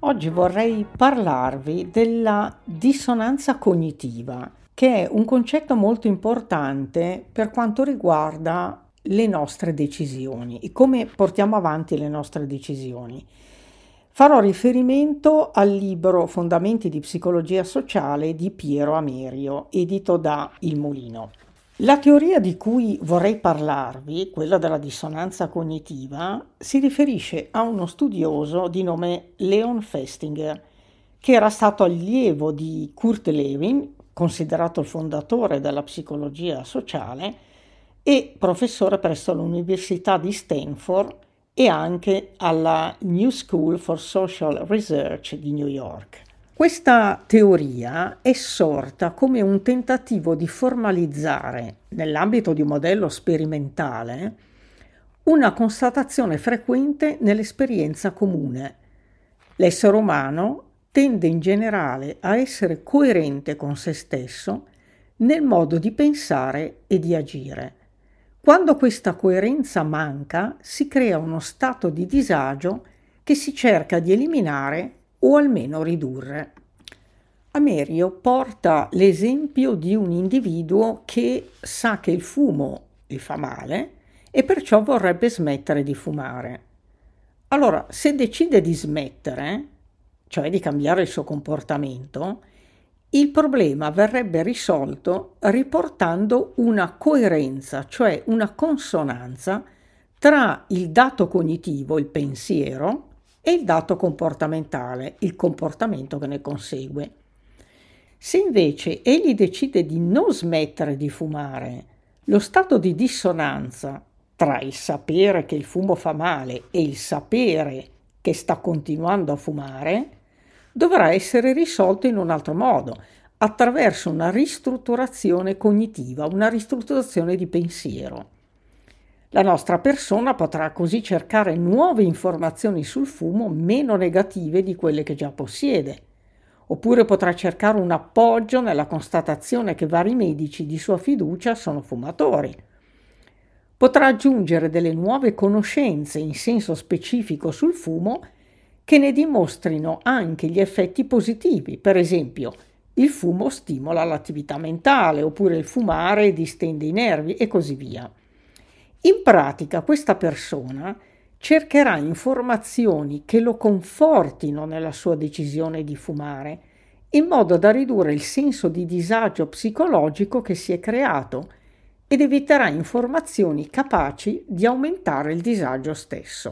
Oggi vorrei parlarvi della dissonanza cognitiva, che è un concetto molto importante per quanto riguarda le nostre decisioni e come portiamo avanti le nostre decisioni. Farò riferimento al libro Fondamenti di psicologia sociale di Piero Amerio, edito da Il Mulino. La teoria di cui vorrei parlarvi, quella della dissonanza cognitiva, si riferisce a uno studioso di nome Leon Festinger, che era stato allievo di Kurt Lewin, considerato il fondatore della psicologia sociale, e professore presso l'Università di Stanford e anche alla New School for Social Research di New York. Questa teoria è sorta come un tentativo di formalizzare, nell'ambito di un modello sperimentale, una constatazione frequente nell'esperienza comune. L'essere umano tende in generale a essere coerente con se stesso nel modo di pensare e di agire. Quando questa coerenza manca, si crea uno stato di disagio che si cerca di eliminare o almeno ridurre. Amerio porta l'esempio di un individuo che sa che il fumo gli fa male e perciò vorrebbe smettere di fumare. Allora, se decide di smettere, cioè di cambiare il suo comportamento, il problema verrebbe risolto riportando una coerenza, cioè una consonanza tra il dato cognitivo, il pensiero, e il dato comportamentale, il comportamento che ne consegue. Se invece egli decide di non smettere di fumare, lo stato di dissonanza tra il sapere che il fumo fa male e il sapere che sta continuando a fumare dovrà essere risolto in un altro modo, attraverso una ristrutturazione cognitiva, una ristrutturazione di pensiero. La nostra persona potrà così cercare nuove informazioni sul fumo meno negative di quelle che già possiede, oppure potrà cercare un appoggio nella constatazione che vari medici di sua fiducia sono fumatori. Potrà aggiungere delle nuove conoscenze in senso specifico sul fumo che ne dimostrino anche gli effetti positivi. Per esempio, il fumo stimola l'attività mentale, oppure il fumare distende i nervi e così via. In pratica questa persona cercherà informazioni che lo confortino nella sua decisione di fumare, in modo da ridurre il senso di disagio psicologico che si è creato ed eviterà informazioni capaci di aumentare il disagio stesso.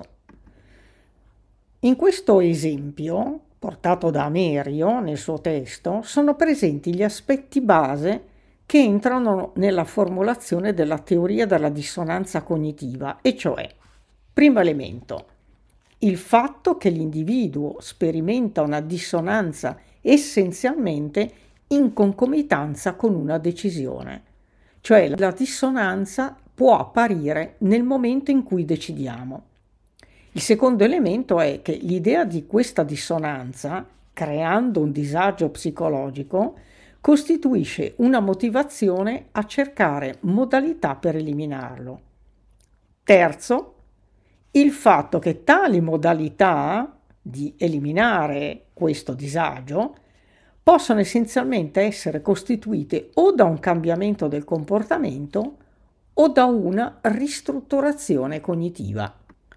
In questo esempio, portato da Amerio nel suo testo, sono presenti gli aspetti base che entrano nella formulazione della teoria della dissonanza cognitiva, e cioè, primo elemento, il fatto che l'individuo sperimenta una dissonanza essenzialmente in concomitanza con una decisione, cioè la dissonanza può apparire nel momento in cui decidiamo. Il secondo elemento è che l'idea di questa dissonanza, creando un disagio psicologico, costituisce una motivazione a cercare modalità per eliminarlo. Terzo, il fatto che tali modalità di eliminare questo disagio possono essenzialmente essere costituite o da un cambiamento del comportamento o da una ristrutturazione cognitiva.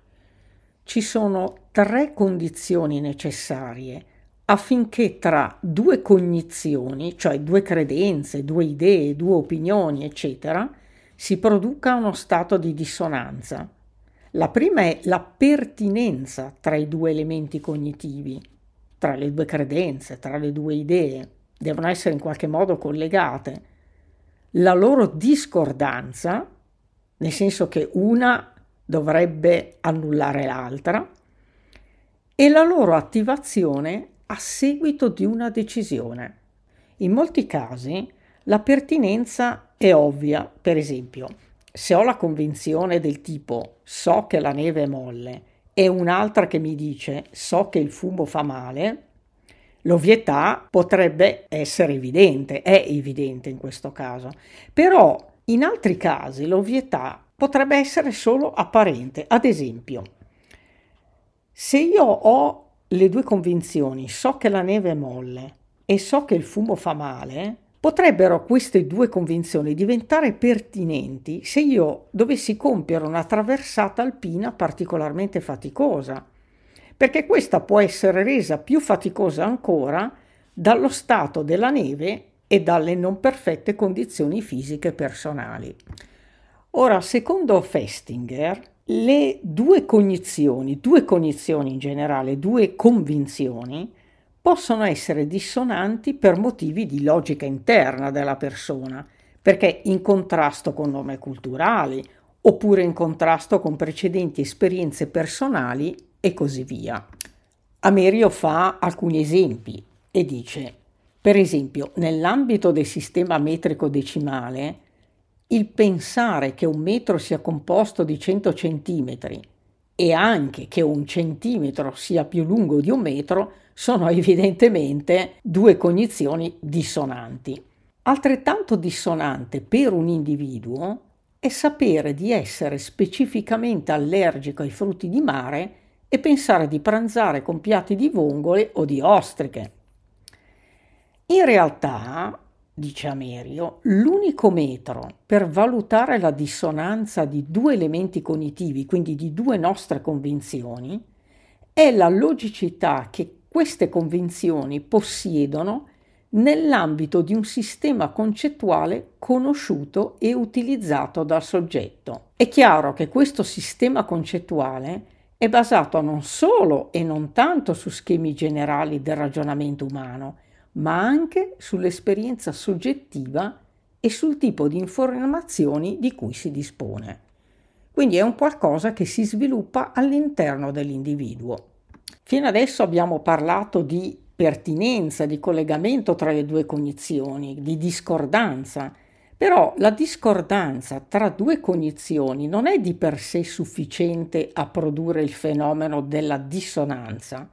Ci sono 3 condizioni necessarie affinché tra 2 cognizioni, cioè 2 credenze, 2 idee, 2 opinioni, eccetera, si produca uno stato di dissonanza. La prima è la pertinenza tra i 2 elementi cognitivi, tra le 2 credenze, tra le 2 idee, devono essere in qualche modo collegate. La loro discordanza, nel senso che una dovrebbe annullare l'altra, e la loro attivazione a seguito di una decisione. In molti casi la pertinenza è ovvia, per esempio, se ho la convinzione del tipo so che la neve è molle e un'altra che mi dice so che il fumo fa male, l'ovvietà potrebbe essere evidente, è evidente in questo caso, però in altri casi l'ovvietà potrebbe essere solo apparente. Ad esempio, se io ho le due convinzioni, so che la neve è molle e so che il fumo fa male, potrebbero queste due convinzioni diventare pertinenti se io dovessi compiere una traversata alpina particolarmente faticosa, perché questa può essere resa più faticosa ancora dallo stato della neve e dalle non perfette condizioni fisiche personali. Ora, secondo Festinger, le due cognizioni in generale, due convinzioni, possono essere dissonanti per motivi di logica interna della persona, perché in contrasto con norme culturali, oppure in contrasto con precedenti esperienze personali e così via. Amerio fa alcuni esempi e dice, per esempio, nell'ambito del sistema metrico decimale, il pensare che un metro sia composto di 100 centimetri e anche che un centimetro sia più lungo di un metro sono evidentemente due cognizioni dissonanti. Altrettanto dissonante per un individuo è sapere di essere specificamente allergico ai frutti di mare e pensare di pranzare con piatti di vongole o di ostriche. In realtà, dice Amerio, l'unico metro per valutare la dissonanza di due elementi cognitivi, quindi di due nostre convinzioni, è la logicità che queste convinzioni possiedono nell'ambito di un sistema concettuale conosciuto e utilizzato dal soggetto. È chiaro che questo sistema concettuale è basato non solo e non tanto su schemi generali del ragionamento umano, ma anche sull'esperienza soggettiva e sul tipo di informazioni di cui si dispone. Quindi è un qualcosa che si sviluppa all'interno dell'individuo. Fino adesso abbiamo parlato di pertinenza, di collegamento tra le due cognizioni, di discordanza. Però la discordanza tra due cognizioni non è di per sé sufficiente a produrre il fenomeno della dissonanza.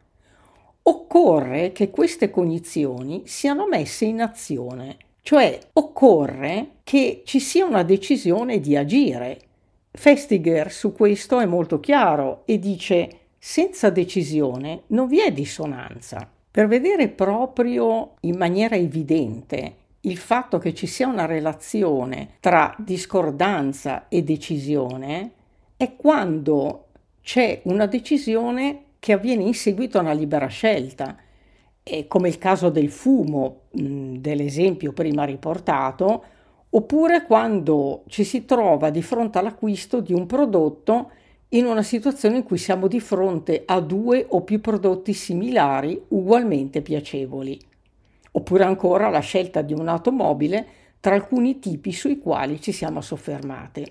Occorre che queste cognizioni siano messe in azione, cioè occorre che ci sia una decisione di agire. Festinger su questo è molto chiaro e dice: senza decisione non vi è dissonanza. Per vedere proprio in maniera evidente il fatto che ci sia una relazione tra discordanza e decisione è quando c'è una decisione che avviene in seguito a una libera scelta, come il caso del fumo, dell'esempio prima riportato, oppure quando ci si trova di fronte all'acquisto di un prodotto in una situazione in cui siamo di fronte a due o più prodotti similari ugualmente piacevoli, oppure ancora la scelta di un'automobile tra alcuni tipi sui quali ci siamo soffermate.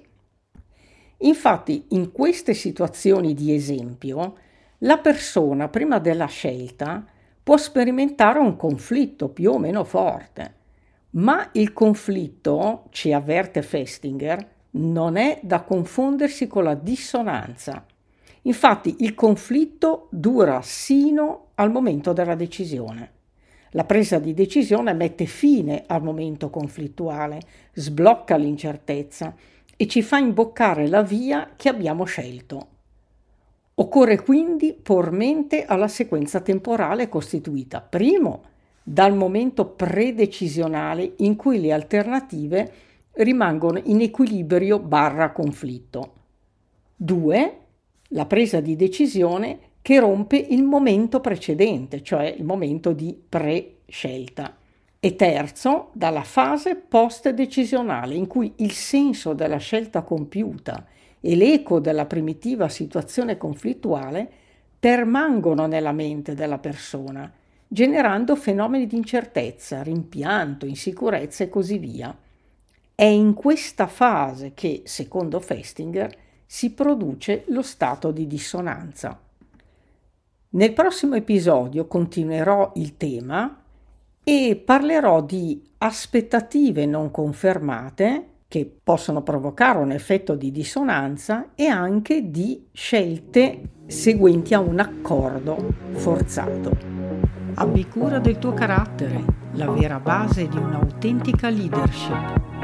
Infatti, in queste situazioni di esempio, la persona prima della scelta può sperimentare un conflitto più o meno forte, ma il conflitto, ci avverte Festinger, non è da confondersi con la dissonanza. Infatti il conflitto dura sino al momento della decisione. La presa di decisione mette fine al momento conflittuale, sblocca l'incertezza e ci fa imboccare la via che abbiamo scelto. Occorre quindi por mente alla sequenza temporale costituita, primo, dal momento predecisionale in cui le alternative rimangono in equilibrio / conflitto. 2. La presa di decisione che rompe il momento precedente, cioè il momento di pre-scelta. E terzo, dalla fase post-decisionale in cui il senso della scelta compiuta e l'eco della primitiva situazione conflittuale permangono nella mente della persona, generando fenomeni di incertezza, rimpianto, insicurezza e così via. È in questa fase che, secondo Festinger, si produce lo stato di dissonanza. Nel prossimo episodio continuerò il tema e parlerò di aspettative non confermate che possono provocare un effetto di dissonanza e anche di scelte seguenti a un accordo forzato. Abbi cura del tuo carattere, la vera base di un'autentica leadership.